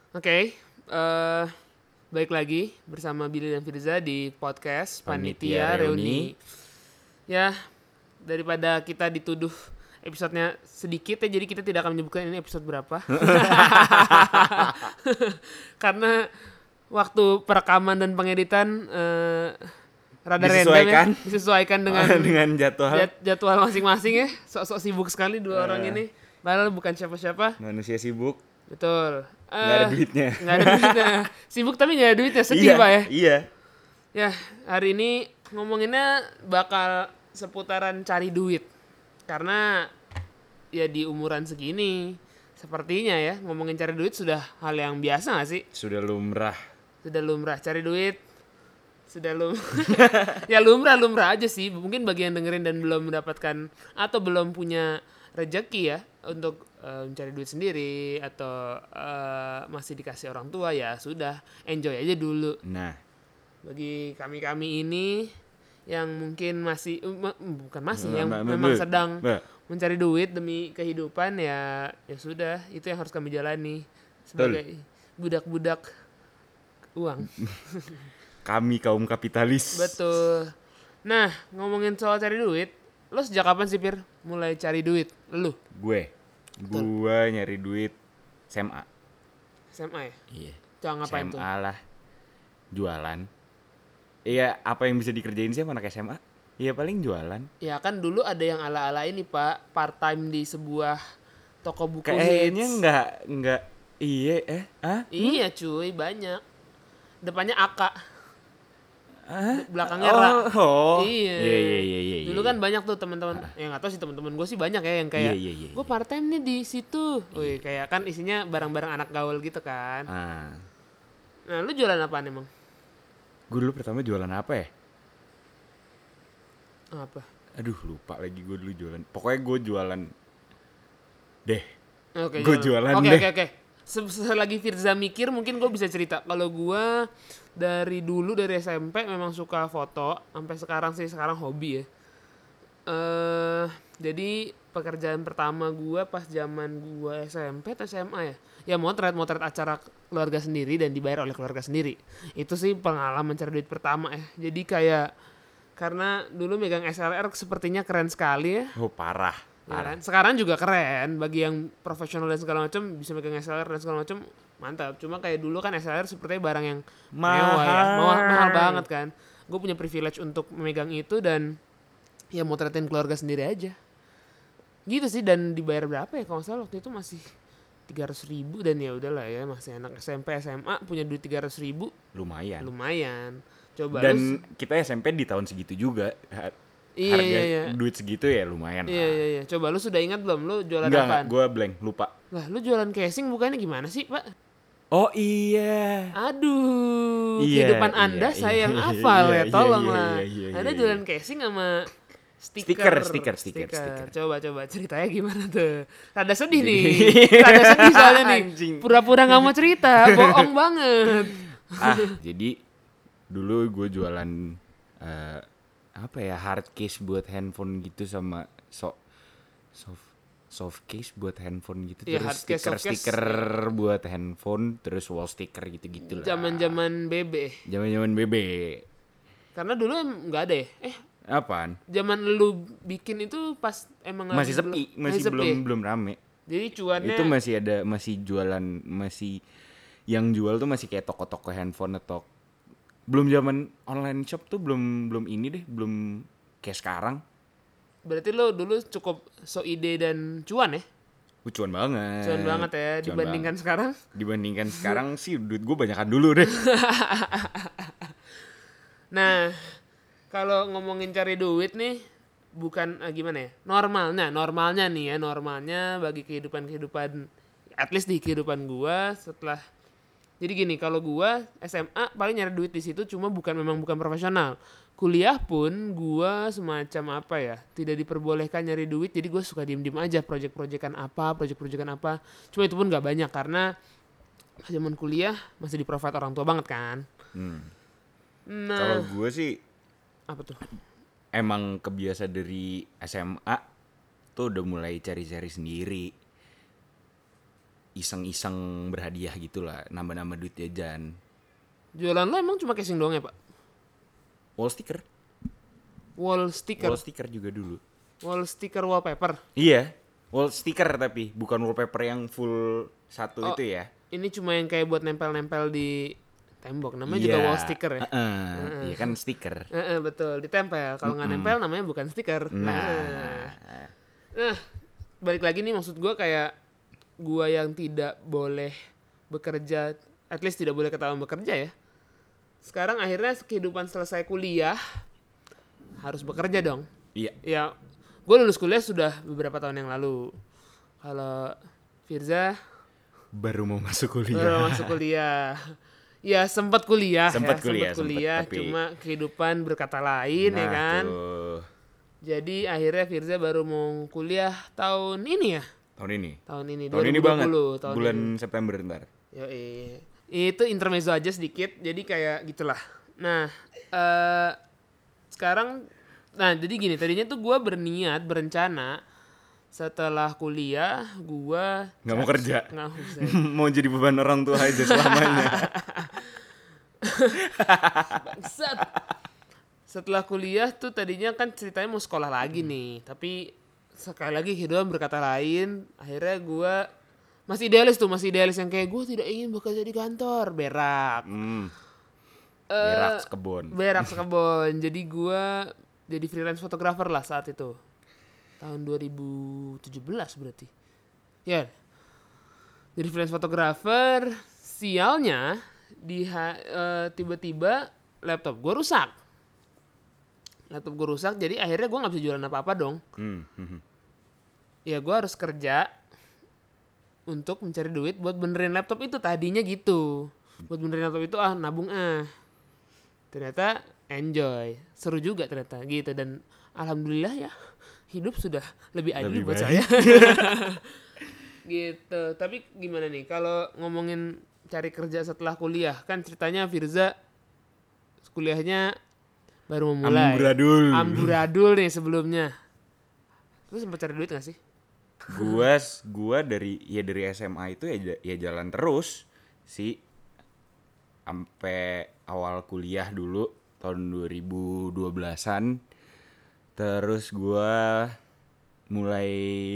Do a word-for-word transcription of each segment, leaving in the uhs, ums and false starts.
Oke, eh baik lagi bersama Billy dan Firza di podcast Panitia Panitia Reuni. Reuni. Ya, daripada kita dituduh episodenya sedikit ya, jadi kita tidak akan menyebutkan ini episode berapa. Karena waktu perekaman dan pengeditan eh, rada Disesuaikan. random ya, disesuaikan dengan dengan jadwal jad- jadwal masing-masing ya. Sok-sok sibuk sekali dua Eh. orang ini. Padahal bukan siapa-siapa. manusia sibuk, Betul. nggak ada Eh, duitnya. Nggak ada duitnya. Sibuk tapi nggak ada duitnya. Sedih iya, Pak ya. Iya. Ya, hari ini ngomonginnya bakal seputaran cari duit. Karena ya di umuran segini sepertinya ya ngomongin cari duit sudah hal yang biasa gak sih? Sudah lumrah. Sudah lumrah cari duit. Sudah lum ya lumrah-lumrah aja sih. Mungkin bagi yang dengerin dan belum mendapatkan atau belum punya rezeki ya untuk eh, mencari duit sendiri atau eh, masih dikasih orang tua, ya sudah, enjoy aja dulu. Nah, Bagi kami-kami ini yang mungkin masih uh, ma- bukan masih yang Mbak, Mbak, memang Mbak, sedang Mbak. mencari duit demi kehidupan, ya ya sudah, itu yang harus kami jalani sebagai budak-budak uang. Kami kaum kapitalis. Betul. Nah, ngomongin soal cari duit, lo sejak kapan sih Pir mulai cari duit? Lu Gue, gue nyari duit S M A. S M A ya? Iya. Jangan ngapain S M A tuh? lah, jualan. Iya, apa yang bisa dikerjain sih sama anak S M A? Iya paling jualan. Ya kan dulu ada yang ala-ala ini Pak, part time di sebuah toko buku Kayaknya hits. nggak nggak iya eh ah Iya cuy, banyak. Depannya Aka, ah belakangnya Ra. oh, oh. Iya. Iya iya iya iya. Dulu iya. kan banyak tuh teman-teman, yang nggak tahu sih teman-teman gue sih banyak ya yang kayak, Iya, iya, iya, gue part time nih di situ. Wih, kayak kan isinya barang-barang anak gaul gitu kan. Ah, Nah, lu jualan apaan emang? gue dulu pertama jualan apa ya? Apa? Aduh lupa lagi gue dulu jualan. Pokoknya gue jualan deh. Oke, Gua jualan Oke, deh. oke, oke. Se- Selagi Firza mikir, mungkin gue bisa cerita. Kalau gue dari dulu dari S M P memang suka foto, sampai sekarang sih sekarang hobi ya. Eh, jadi pekerjaan pertama gue pas zaman gue S M P atau S M A ya, ya motret motret acara keluarga sendiri dan dibayar oleh keluarga sendiri. Itu sih pengalaman cari duit pertama ya. Jadi kayak karena dulu megang S L R sepertinya keren sekali ya. Oh parah. Ya Parah. kan? Sekarang juga keren bagi yang profesional dan segala macam bisa megang S L R dan segala macam, mantap. Cuma kayak dulu kan S L R sepertinya barang yang mewah ya, Mahal. mahal, mahal banget kan. Gue punya privilege untuk memegang itu dan ya motretin keluarga sendiri aja. Gitu sih, dan dibayar berapa ya kalau nggak salah waktu itu masih tiga ratus ribu, dan ya udahlah ya, masih anak S M P S M A punya duit tiga ratus ribu Lumayan. lumayan. Coba Dan lu, kita S M P di tahun segitu juga. Ha- iya Harga iya iya. duit segitu ya lumayan Iya lah. iya iya. Coba lu sudah ingat belum lu jualan Enggak, apaan? gue blank, lupa. Lah, lu jualan casing bukannya gimana sih, Pak? Oh iya. Aduh, Iya, kehidupan iya, Anda iya, saya yang iya, hafal iya, ya, iya, tolonglah. iya, iya, iya, Anda iya. jualan casing sama stiker. Stiker, stiker, stiker, stiker. Coba, coba ceritanya gimana tuh. Rada sedih nih, rada sedih soalnya nih. Anjing. Pura-pura nggak mau cerita, bohong banget. Ah, jadi dulu gue jualan eh, apa ya, hard case buat handphone gitu sama so, soft soft case buat handphone gitu, Iya, terus hard case, soft case. stiker-stiker buat handphone, terus wall sticker gitu-gitu lah. Zaman-zaman B B. Zaman-zaman B B. Karena dulu em- nggak ada ya. Eh, Apaan? zaman lu bikin itu pas emang Masih lagi sepi, belum- masih sepi belum ya? belum rame. Jadi cuannya Itu masih ada, masih jualan, masih yang jual tuh masih kayak toko-toko handphone atau belum zaman online shop tuh, belum belum ini deh, belum kayak sekarang. berarti lu dulu cukup so ide dan cuan ya. Cuan banget. Cuan banget ya Cuan dibandingkan banget. sekarang. Dibandingkan sekarang sih duit gue banyakan dulu deh. Nah, kalau ngomongin cari duit nih, bukan ah, gimana ya? Normalnya, normalnya nih ya, normalnya bagi kehidupan-kehidupan, at least di kehidupan gua setelah. Jadi gini, kalau gua S M A paling nyari duit di situ, cuma bukan memang bukan profesional. Kuliah pun gua semacam apa ya, tidak diperbolehkan nyari duit, jadi gua suka diem-diem aja, project-projectan apa, project-projectan apa. Cuma itu pun gak banyak karena zaman kuliah masih di-provide orang tua banget kan. Hmm. Nah, Kalau gue sih apa tuh? emang kebiasa dari S M A tuh udah mulai cari-cari sendiri. iseng-iseng berhadiah gitulah, nambah-nambah duit jajan. Jualan lo emang cuma casing doang ya Pak? Wall sticker. Wall sticker. Wall sticker juga dulu. Wall sticker wallpaper. Iya, wall sticker tapi bukan wallpaper yang full satu Oh, itu ya. Ini cuma yang kayak buat nempel-nempel di tembok. Namanya Iya. juga wall sticker ya. Uh-uh. Uh-uh. Iya kan stiker. Uh-uh, betul, ditempel. Kalau nggak nempel namanya bukan stiker. Nah. Nah, balik lagi nih maksud gue kayak gue yang tidak boleh bekerja, at least tidak boleh ketahuan bekerja ya. Sekarang akhirnya kehidupan selesai kuliah harus bekerja dong. Iya. Ya, gue lulus kuliah sudah beberapa tahun yang lalu. Kalau Firza Baru mau masuk kuliah. baru masuk kuliah. Ya sempat kuliah, Sempat ya, kuliah, sempat kuliah, sempet, tapi- cuma kehidupan berkata lain ya Nah, kan. tuh. Jadi akhirnya Firza baru mau kuliah tahun ini ya. Tahun ini. Tahun ini Tahun ini dua ribu dua banget. puluh, tahun Bulan ini. September ntar. Yoi. Itu intermezzo aja sedikit, jadi kayak gitulah. Nah, eh sekarang, nah jadi gini, tadinya tuh gue berniat, berencana setelah kuliah gue Nggak mau kerja. nggak usah. Mau jadi beban orang tua aja selamanya. Bangsat. Setelah kuliah tuh tadinya kan ceritanya mau sekolah lagi nih, tapi sekali lagi kehidupan berkata lain. Akhirnya gue masih idealis tuh, masih idealis yang kayak gue tidak ingin bekerja di kantor, berak. Hmm. Eh, Berak sekebon. Berak sekebon. Jadi gue jadi freelance photographer lah saat itu. Tahun dua ribu tujuh belas berarti. Ya. Jadi freelance photographer, sialnya di ha- eh, tiba-tiba laptop gue rusak. Laptop gue rusak, jadi akhirnya gue nggak bisa jualan apa-apa dong. Hmm. hmm. Ya gue harus kerja untuk mencari duit buat benerin laptop itu, tadinya gitu. Buat benerin laptop itu ah nabung ah. Ternyata enjoy, seru juga ternyata gitu, dan alhamdulillah ya hidup sudah lebih adil Lebih buat baik. saya. Gitu. Tapi gimana nih kalau ngomongin cari kerja setelah kuliah, kan ceritanya Firza kuliahnya baru memulai. Amburadul. Amburadul nih sebelumnya. Lu sempat cari duit gak sih? Gua gua dari ya dari S M A itu ya ja- ya jalan terus sih sampai awal kuliah dulu tahun dua ribu dua belasan. Terus gua mulai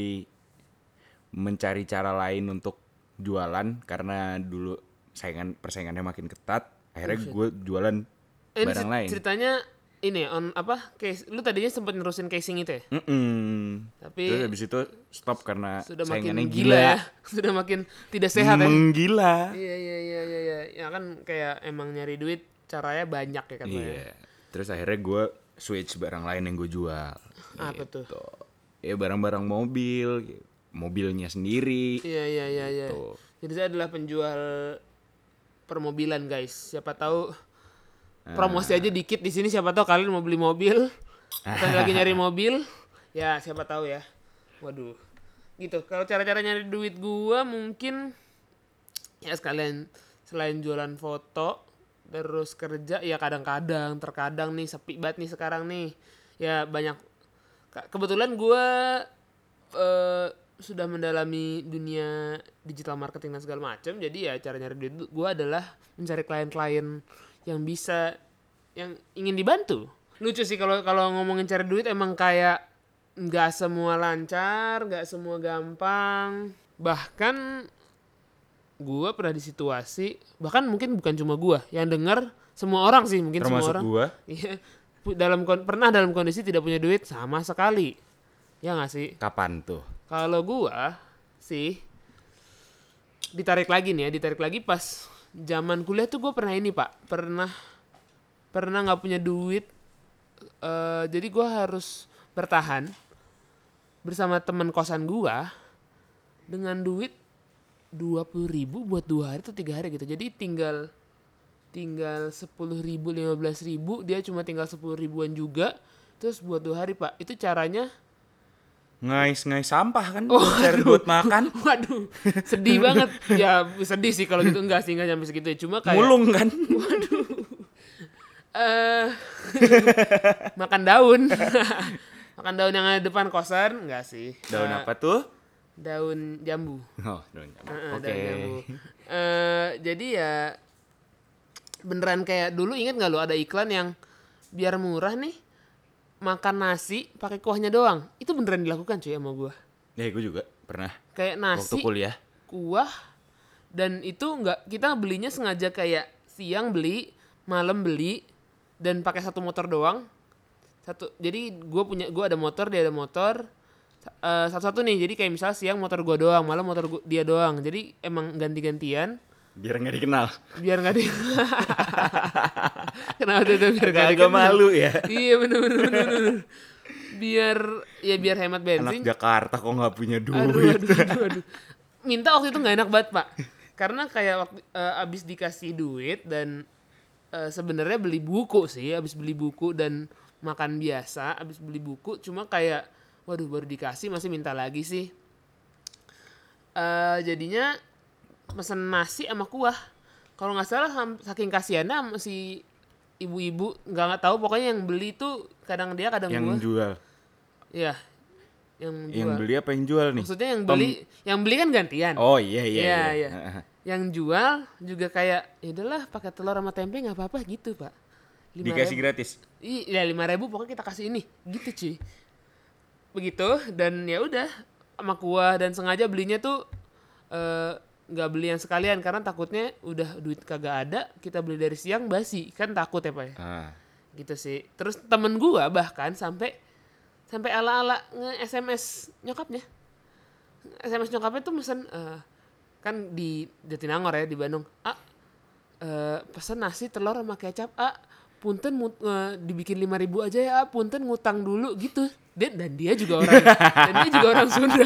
mencari cara lain untuk jualan karena dulu saingan persaingannya makin ketat. Akhirnya gue jualan Eh, ini barang cer- lain. ceritanya ini on apa? Case, lu tadinya sempat nerusin casing itu ya? Mm-mm. Tapi Terus habis itu stop karena sudah makin saingannya gila, ya. Sudah makin tidak sehat ya. Menggila. Iya iya iya iya iya. Ya kan kayak emang nyari duit caranya banyak ya katanya. Iya. Terus akhirnya gue switch barang lain yang gue jual. Apa tuh? Gitu. Ya barang-barang mobil, mobilnya sendiri. Iya iya iya iya. Tuh. Jadi saya adalah penjual permobilan guys. Siapa tahu promosi aja dikit di sini, siapa tahu kalian mau beli mobil. Kita lagi nyari mobil. Ya, siapa tahu ya. Waduh. Gitu. Kalau cara-cara nyari duit gua mungkin ya sekalian selain jualan foto terus kerja ya kadang-kadang, terkadang nih sepi banget nih sekarang nih. Ya banyak ke- kebetulan gua eh, sudah mendalami dunia digital marketing dan segala macam. Jadi ya cara nyari duit gue adalah mencari klien-klien yang bisa, yang ingin dibantu. Lucu sih kalau kalau ngomongin cari duit, emang kayak nggak semua lancar, nggak semua gampang. Bahkan gue pernah di situasi, bahkan mungkin bukan cuma gue yang dengar, semua orang sih mungkin Termasuk semua orang. gua. Iya, pu- dalam kon- pernah dalam kondisi tidak punya duit sama sekali. Ya nggak sih? Kapan tuh? Kalau gua sih ditarik lagi nih ya, ditarik lagi pas zaman kuliah tuh gue pernah ini Pak, pernah pernah nggak punya duit, eh, jadi gua harus bertahan bersama teman kosan gua dengan duit dua puluh ribu buat dua hari atau tiga hari gitu. Jadi tinggal tinggal sepuluh ribu, lima belas ribu, dia cuma tinggal sepuluh ribuan juga, terus buat dua hari Pak. Itu caranya. Ngais-ngais sampah kan? Oh, Cari aduh. buat makan. Waduh, sedih banget. Ya sedih sih kalau gitu, enggak sih, enggak sampai segitu ya. Cuma kayak Mulung kan? eh makan daun. Makan daun yang ada depan kosan, enggak sih. Daun Eh, apa tuh? daun jambu. Oh, daun jambu. Uh-uh, Oke. daun jambu. Eh, jadi ya beneran kayak dulu, inget nggak lo ada iklan yang biar murah nih makan nasi pakai kuahnya doang. Itu beneran dilakukan cuy sama gue. Ya, gue juga pernah. Kayak nasi, Waktu kuliah. kuah, dan itu nggak, kita belinya sengaja kayak siang beli, malam beli, dan pakai satu motor doang. Satu, jadi gue punya, gue ada motor, dia ada motor. Uh, satu-satu nih, jadi kayak misalnya siang motor gue doang, malam motor gua, dia doang. Jadi emang ganti-gantian. Biar nggak dikenal. Biar nggak di. Kenapa tuh biar nggak Agak malu ya. Iya bener-bener bener. Biar ya biar hemat Anak bensin. Jakarta kok nggak punya duit. Aduh, aduh, aduh, aduh. Minta waktu itu nggak enak banget pak, karena kayak waktu uh, abis dikasih duit dan uh, sebenarnya beli buku sih, abis beli buku dan makan biasa, abis beli buku cuma kayak, waduh baru dikasih masih minta lagi sih. Uh, jadinya mesen nasi sama kuah. Kalau nggak salah saking kasihannya sama si ibu-ibu, nggak nggak tahu pokoknya yang beli tuh kadang dia kadang Yang gua. jual. Iya. Yang jual. Yang beli apa yang jual nih? Maksudnya yang beli, Tom... yang beli kan gantian. Oh iya iya. Iya, iya. iya. Yang jual juga kayak, ya udahlah pakai telur sama tempe nggak apa-apa gitu pak. Dikasih gratis. Iya lima ribu pokoknya kita kasih ini, gitu cuy. Begitu dan ya udah sama kuah, dan sengaja belinya tuh nggak uh, beli yang sekalian karena takutnya udah duit kagak ada, kita beli dari siang basi kan, takut ya pak ya. Ah. Gitu sih. Terus temen gua bahkan sampai sampai ala-ala nge-S M S nyokapnya. S M S nyokapnya tuh mesen uh, kan di Jatinangor ya, di Bandung. Ah, uh, pesen nasi telur sama kecap. Ah, punten mut, uh, dibikin lima ribu aja ya. Ah, punten ngutang dulu gitu. Dan, dan dia juga orang dan dia juga orang Sunda.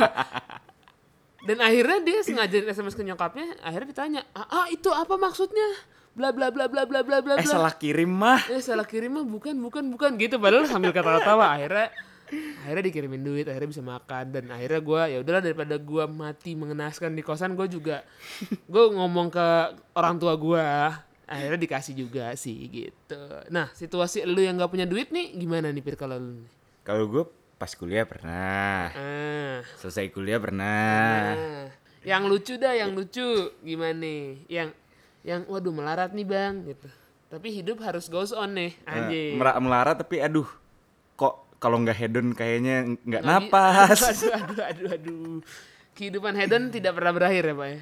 Dan akhirnya dia sengaja S M S ke nyokapnya, akhirnya ditanya, "Ah, ah itu apa maksudnya?" bla bla bla bla bla bla bla. Eh salah kirim mah. Eh salah kirim mah bukan bukan bukan gitu, padahal sambil ketawa-tawa. Akhirnya akhirnya dikirimin duit, akhirnya bisa makan, dan akhirnya gue ya udahlah daripada gue mati mengenaskan di kosan, gue juga gue ngomong ke orang tua gue, akhirnya dikasih juga sih gitu. Nah situasi lu yang nggak punya duit nih gimana nih Pir kalau lu? Kalau gue pas kuliah pernah, ah. selesai kuliah pernah. Ah. Yang lucu dah, yang lucu gimana nih? Yang yang waduh melarat nih bang gitu. Tapi hidup harus goes on nih anjing. Uh, melarat tapi aduh kok kalau nggak hedon kayaknya nggak napas. Aduh, aduh, aduh, aduh. Kehidupan hedon tidak pernah berakhir ya pak ya.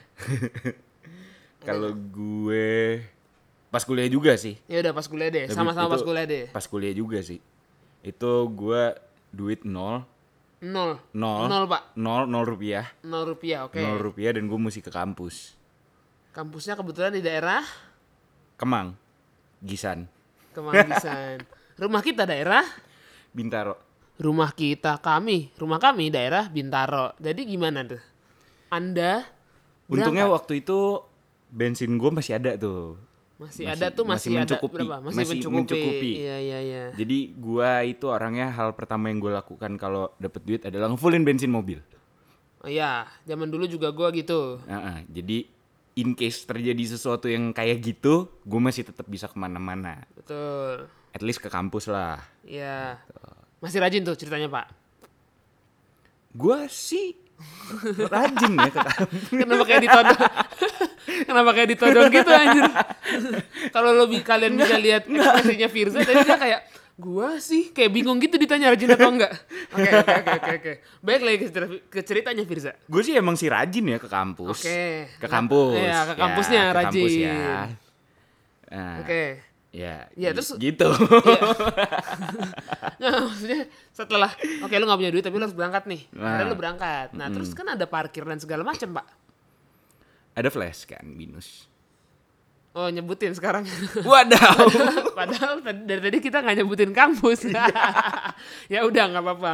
Kalau gue pas kuliah juga sih. Ya udah pas kuliah deh, sama-sama pas kuliah deh. Pas kuliah juga sih. Itu gue duit nol. Nol. Nol. Nol pak. Nol, nol rupiah. Nol rupiah, oke. Okay. Nol rupiah dan gue mesti ke kampus. Kampusnya kebetulan di daerah Kemang, Gisan. Kemang Gisan. Rumah kita daerah Bintaro. Rumah kita kami, rumah kami daerah Bintaro. Jadi gimana tuh? Anda berangkat? Untungnya waktu itu bensin gue masih ada tuh. Masih, masih ada tuh masih, masih ada berapa? Masih, masih mencukupi. mencukupi. Iya iya iya. Jadi gue itu orangnya hal pertama yang gue lakukan kalau dapet duit adalah ngefullin bensin mobil. Oh iya, zaman dulu juga gue gitu. Uh-uh, jadi in case terjadi sesuatu yang kayak gitu, gue masih tetap bisa kemana-mana. Betul. At least ke kampus lah. Iya. Masih rajin tuh ceritanya pak? Gue sih rajin ya ke kampus. Kenapa kayak ditodong? Kenapa kayak ditodong gitu anjir? Kalau lo kalian bisa lihat ekspresinya Firza, tadi dia kayak gua sih kayak bingung gitu ditanya rajin atau enggak. Oke oke oke oke oke. Baik lagi ke ceritanya Firza. Gue sih emang sih rajin ya ke kampus. Oke. Okay. Ke kampus. Iya, ke kampusnya ya, ke rajin. Kampus ya. Nah, oke. Okay. Ya, ya terus gitu. Ya. Nggak, maksudnya setelah oke okay, lu nggak punya duit tapi lu harus berangkat nih. Nah, akhirnya lu berangkat. Nah, mm. terus kan ada parkir dan segala macam, Pak. Ada flash kan, minus. Oh, nyebutin sekarang. Wadaw. Padahal, padahal dari tadi kita nggak nyebutin kampus. Ya udah nggak apa-apa.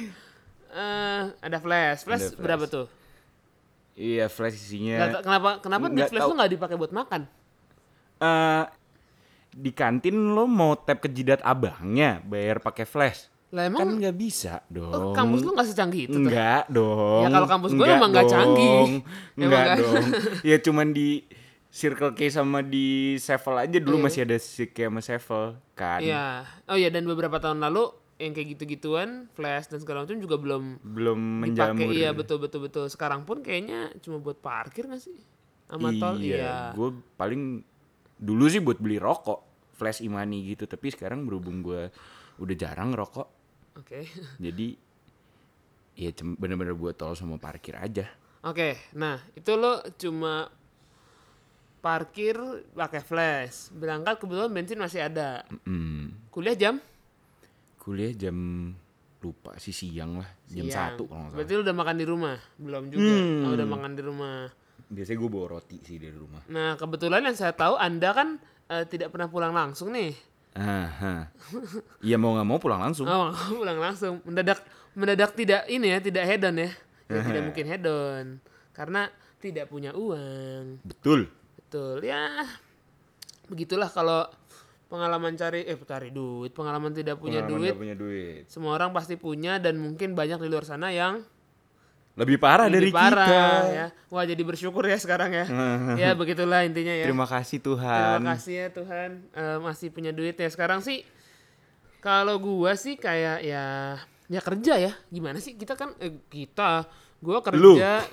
Uh, ada flash. Flash, ada flash berapa tuh? Iya, flash isinya. Gak, kenapa kenapa di flash lu nggak dipakai buat makan? Uh, di kantin lo mau tap ke jidat abangnya bayar pakai flash. Lah emang kan nggak bisa dong. Oh, kampus lu nggak secanggih itu? Enggak tuh? dong. Ya kalau kampus gue emang nggak canggih. Enggak dong. Ya cuman di Circle K sama di Sevel aja dulu. Iya. Masih ada Circle K sama Sevel kan. Iya. Oh iya, dan beberapa tahun lalu yang kayak gitu-gituan, flash dan segala macam juga belum Belum dipakai. menjamur. Iya betul betul betul. Sekarang pun kayaknya cuma buat parkir nggak sih? Sama tol. Iya, Iya. gue paling dulu sih buat beli rokok, flash e-money gitu. Tapi sekarang berhubung gue udah jarang rokok, Oke. jadi ya cem- bener-bener buat tol sama parkir aja. Oke, nah itu lo cuma parkir pakai flash. Berangkat kebetulan bensin masih ada. Mm. Kuliah jam Kuliah jam lupa sih siang lah, jam siang. satu kalau nggak Berarti salah. lo udah makan di rumah? Belum juga. Hmm. Oh, udah makan di rumah. Biasanya gue bawa roti sih dari rumah. Nah, kebetulan yang saya tahu Anda kan eh, tidak pernah pulang langsung nih. Aha. Iya mau nggak mau pulang langsung. Oh, pulang langsung. Mendadak mendadak tidak ini ya, tidak hedon ya. Ya tidak mungkin hedon karena tidak punya uang. Betul. Betul. Ya. Begitulah kalau pengalaman cari eh cari duit, pengalaman tidak punya Pengalaman duit. nggak punya duit. Semua orang pasti punya dan mungkin banyak di luar sana yang Lebih parah lebih dari parah kita. ya. Wah, jadi bersyukur ya sekarang ya. Ya begitulah intinya ya. Terima kasih Tuhan. Terima kasih ya Tuhan eh, masih punya duit ya. Sekarang sih kalau gua sih kayak ya ya kerja ya. Gimana sih kita kan eh, kita gua kerja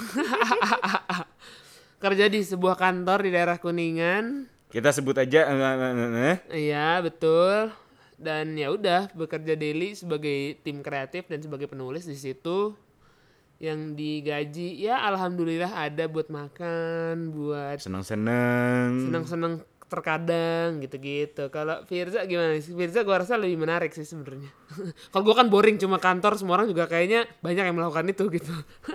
kerja di sebuah kantor di daerah Kuningan. Kita sebut aja eh, eh, eh, eh. Iya, betul. Dan ya udah bekerja daily sebagai tim kreatif dan sebagai penulis di situ. Yang digaji ya alhamdulillah ada buat makan, buat seneng-seneng. senang-senang terkadang gitu-gitu. Kalau Firza gimana sih? Firza gua rasa lebih menarik sih sebenarnya. Kalau gua kan boring cuma kantor, semua orang juga kayaknya banyak yang melakukan itu gitu.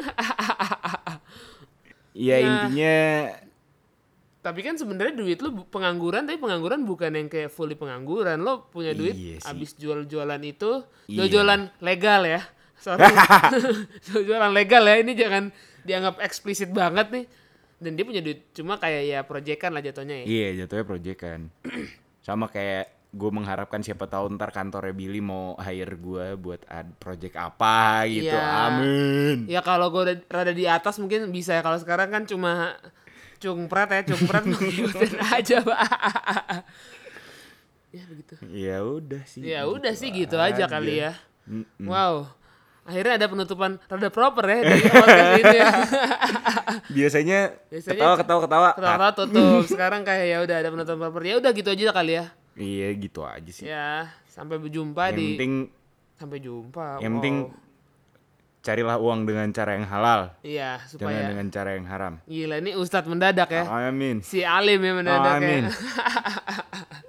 Iya Ya. intinya Tapi kan sebenarnya duit lu bu- pengangguran, tapi pengangguran bukan yang kayak fully pengangguran. Lo punya duit Iya sih. abis jual-jualan itu, Iya. jual-jualan legal ya. Sorry. Jual-jualan legal ya, ini jangan dianggap eksplisit banget nih. Dan dia punya duit cuma kayak ya proyekan lah jatuhnya ya. iya jatuhnya proyekan. Sama kayak gue mengharapkan siapa tahu ntar kantornya Billy mau hire gue buat ad project apa gitu. Iya. Amin. Ya kalau gue udah rada di atas mungkin bisa ya. Kalau sekarang kan cuma cungprat ya, cungprat ngikutin aja, Pak. Ya begitu. Ya udah sih. Ya udah sih gitu aja kali ya. Mm-mm. Wow. Akhirnya ada penutupan rada proper ya di podcast ini ya. Biasanya, Biasanya ketawa ketawa ketawa. Ketawa tutup. Sekarang kayak ya udah ada penutupan proper. Ya udah gitu aja kali ya. Iya gitu aja sih. Ya, sampai berjumpa Yang di penting sampai jumpa. yang Wow. penting carilah uang dengan cara yang halal, Iya, jangan supaya dengan cara yang haram. gila ini Ustadz mendadak ya. Amin. Si Alim ya mendadak Amin. ya.